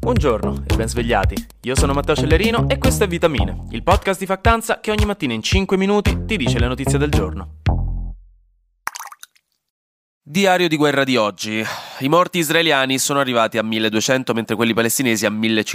Buongiorno e ben svegliati. Io sono Matteo Cellerino e questo è Vitamine, il podcast di Factanza che ogni mattina in 5 minuti ti dice le notizie del giorno. Diario di guerra di oggi. I morti israeliani sono arrivati a 1200 mentre quelli palestinesi a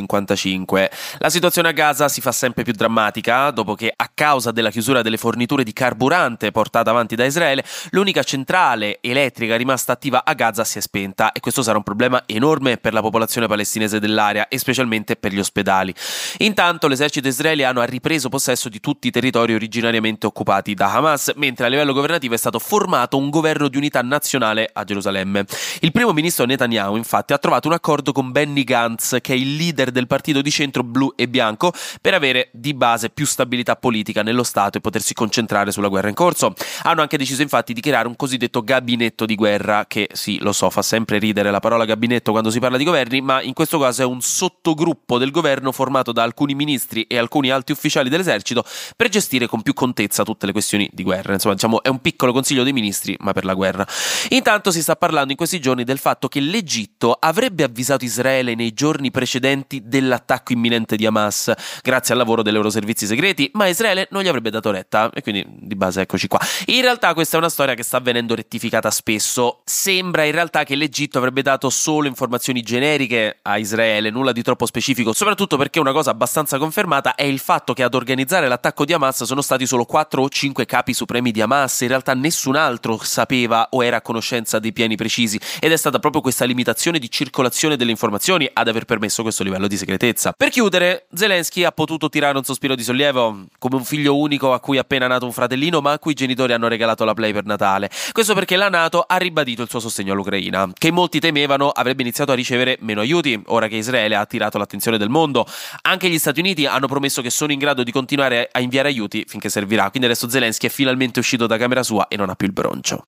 1055. La situazione a Gaza si fa sempre più drammatica dopo che, a causa della chiusura delle forniture di carburante portata avanti da Israele, l'unica centrale elettrica rimasta attiva a Gaza si è spenta, e questo sarà un problema enorme per la popolazione palestinese dell'area e specialmente per gli ospedali. Intanto l'esercito israeliano ha ripreso possesso di tutti i territori originariamente occupati da Hamas, mentre a livello governativo è stato formato un governo di unità nazionale a Gerusalemme. Il primo ministro Netanyahu infatti ha trovato un accordo con Benny Gantz, che è il leader del partito di centro blu e bianco, per avere di base più stabilità politica nello Stato e potersi concentrare sulla guerra in corso. Hanno anche deciso infatti di creare un cosiddetto gabinetto di guerra, che sì, lo so, fa sempre ridere la parola gabinetto quando si parla di governi, ma in questo caso è un sottogruppo del governo formato da alcuni ministri e alcuni alti ufficiali dell'esercito per gestire con più contezza tutte le questioni di guerra. Insomma, diciamo, è un piccolo consiglio dei ministri, ma per la guerra. Intanto si sta parlando in questi giorni del fatto che l'Egitto avrebbe avvisato Israele nei giorni precedenti dell'attacco imminente di Hamas, grazie al lavoro dei loro servizi segreti, ma Israele non gli avrebbe dato retta, e quindi di base eccoci qua. In realtà questa è una storia che sta venendo rettificata spesso. Sembra in realtà che l'Egitto avrebbe dato solo informazioni generiche a Israele, nulla di troppo specifico, soprattutto perché una cosa abbastanza confermata è il fatto che ad organizzare l'attacco di Hamas sono stati solo 4 o 5 capi supremi di Hamas. In realtà nessun altro sapeva o era a conoscenza dei piani precisi, ed è stata proprio questa limitazione di circolazione delle informazioni ad aver permesso questo livello di segretezza. Per chiudere, Zelensky ha potuto tirare un sospiro di sollievo, come un figlio unico a cui è appena nato un fratellino ma a cui i genitori hanno regalato la Play per Natale. Questo perché la NATO ha ribadito il suo sostegno all'Ucraina, che molti temevano avrebbe iniziato a ricevere meno aiuti ora che Israele ha attirato l'attenzione del mondo. Anche gli Stati Uniti hanno promesso che sono in grado di continuare a inviare aiuti finché servirà, quindi adesso Zelensky è finalmente uscito da camera sua e non ha più il broncio.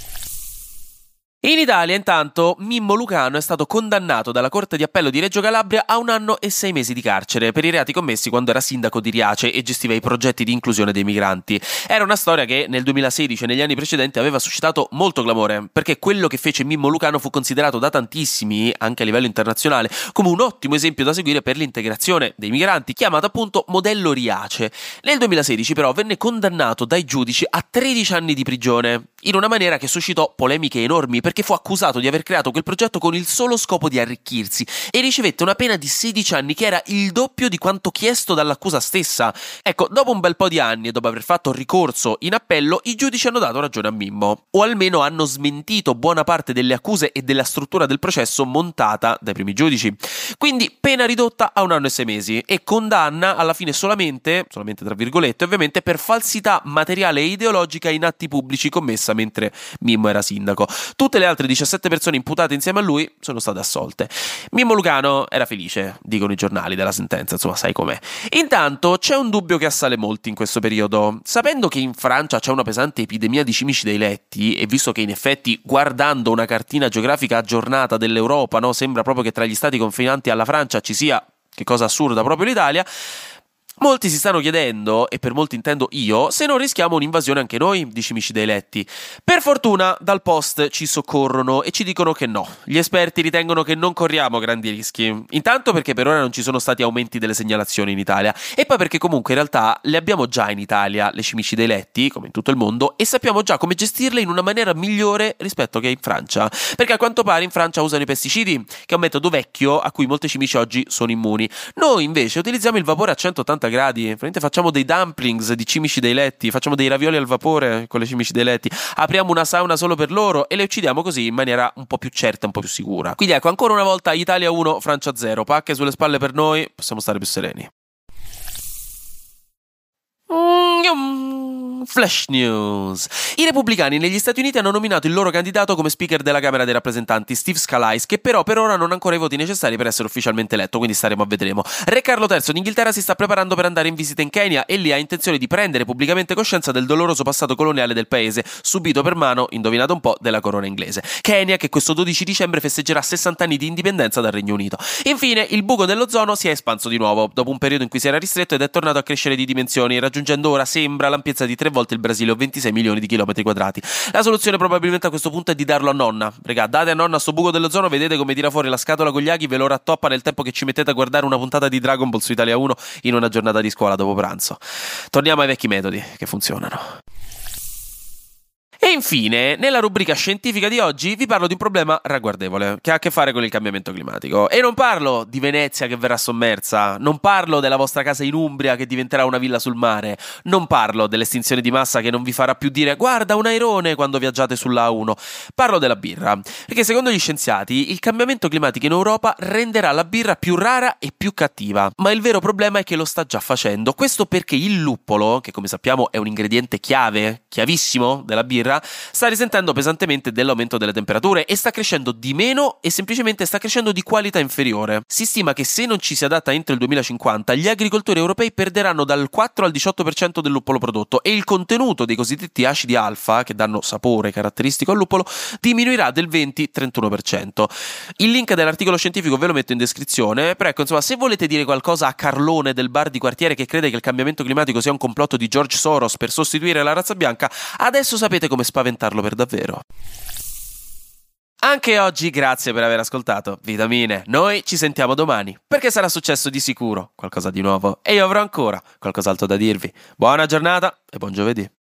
In Italia, intanto, Mimmo Lucano è stato condannato dalla Corte di Appello di Reggio Calabria a 1 anno e 6 mesi di carcere per i reati commessi quando era sindaco di Riace e gestiva i progetti di inclusione dei migranti. Era una storia che nel 2016 e negli anni precedenti aveva suscitato molto clamore, perché quello che fece Mimmo Lucano fu considerato da tantissimi, anche a livello internazionale, come un ottimo esempio da seguire per l'integrazione dei migranti, chiamato appunto modello Riace. Nel 2016 però venne condannato dai giudici a 13 anni di prigione, in una maniera che suscitò polemiche enormi, perché fu accusato di aver creato quel progetto con il solo scopo di arricchirsi e ricevette una pena di 16 anni, che era il doppio di quanto chiesto dall'accusa stessa. Ecco, dopo un bel po' di anni e dopo aver fatto ricorso in appello, i giudici hanno dato ragione a Mimmo, o almeno hanno smentito buona parte delle accuse e della struttura del processo montata dai primi giudici. Quindi pena ridotta a 1 anno e 6 mesi e condanna alla fine solamente tra virgolette, ovviamente, per falsità materiale e ideologica in atti pubblici commessa mentre Mimmo era sindaco. Tutte le altre 17 persone imputate insieme a lui sono state assolte. Mimmo Lucano era felice, dicono i giornali, della sentenza, insomma, sai com'è. Intanto c'è un dubbio che assale molti in questo periodo. Sapendo che in Francia c'è una pesante epidemia di cimici dei letti, e visto che in effetti, guardando una cartina geografica aggiornata dell'Europa, no, sembra proprio che tra gli stati confinanti alla Francia ci sia, che cosa assurda, proprio l'Italia, molti si stanno chiedendo, e per molti intendo io, se non rischiamo un'invasione anche noi di cimici dei letti. Per fortuna dal Post ci soccorrono e ci dicono che no. Gli esperti ritengono che non corriamo grandi rischi. Intanto perché per ora non ci sono stati aumenti delle segnalazioni in Italia, e poi perché comunque in realtà le abbiamo già in Italia, le cimici dei letti, come in tutto il mondo, e sappiamo già come gestirle in una maniera migliore rispetto che in Francia. Perché a quanto pare in Francia usano i pesticidi, che è un metodo vecchio a cui molte cimici oggi sono immuni. Noi invece utilizziamo il vapore a 180 gradi, veramente facciamo dei dumplings di cimici dei letti, facciamo dei ravioli al vapore con le cimici dei letti, apriamo una sauna solo per loro e le uccidiamo così in maniera un po' più certa, un po' più sicura. Quindi ecco, ancora una volta Italia 1, Francia 0, pacche sulle spalle per noi, possiamo stare più sereni. Flash News. I repubblicani negli Stati Uniti hanno nominato il loro candidato come speaker della Camera dei rappresentanti, Steve Scalise, che però per ora non ha ancora i voti necessari per essere ufficialmente eletto, quindi staremo a vedremo. Re Carlo III d'Inghilterra si sta preparando per andare in visita in Kenya e lì ha intenzione di prendere pubblicamente coscienza del doloroso passato coloniale del paese, subito per mano, indovinate un po', della corona inglese. Kenya che questo 12 dicembre festeggerà 60 anni di indipendenza dal Regno Unito. Infine, il buco dell'ozono si è espanso di nuovo, dopo un periodo in cui si era ristretto ed è tornato a crescere di dimensioni, raggiungendo ora sembra l'ampiezza di 3 3 volte il Brasile o 26 milioni di chilometri quadrati. La soluzione probabilmente a questo punto è di darlo a nonna. Regà, date a nonna sto buco dell'ozono, vedete come tira fuori la scatola con gli aghi, ve lo rattoppa nel tempo che ci mettete a guardare una puntata di Dragon Ball su Italia 1 in una giornata di scuola dopo pranzo. Torniamo ai vecchi metodi che funzionano. E infine, nella rubrica scientifica di oggi vi parlo di un problema ragguardevole che ha a che fare con il cambiamento climatico. E non parlo di Venezia che verrà sommersa, non parlo della vostra casa in Umbria che diventerà una villa sul mare, non parlo dell'estinzione di massa che non vi farà più dire guarda un airone quando viaggiate sulla A1. Parlo della birra, perché secondo gli scienziati il cambiamento climatico in Europa renderà la birra più rara e più cattiva. Ma il vero problema è che lo sta già facendo. Questo perché il luppolo, che come sappiamo è un ingrediente chiavissimo della birra, sta risentendo pesantemente dell'aumento delle temperature e sta crescendo di meno e semplicemente sta crescendo di qualità inferiore. Si stima che se non ci si adatta entro il 2050 gli agricoltori europei perderanno dal 4 al 18% del luppolo prodotto e il contenuto dei cosiddetti acidi alfa, che danno sapore caratteristico al luppolo, diminuirà del 20-31%. Il link dell'articolo scientifico ve lo metto in descrizione, però ecco, insomma, se volete dire qualcosa a Carlone del bar di quartiere che crede che il cambiamento climatico sia un complotto di George Soros per sostituire la razza bianca, adesso sapete come spaventarlo per davvero. Anche oggi grazie per aver ascoltato Vitamine. Noi ci sentiamo domani, perché sarà successo di sicuro qualcosa di nuovo e io avrò ancora qualcos'altro da dirvi. Buona giornata e buon giovedì.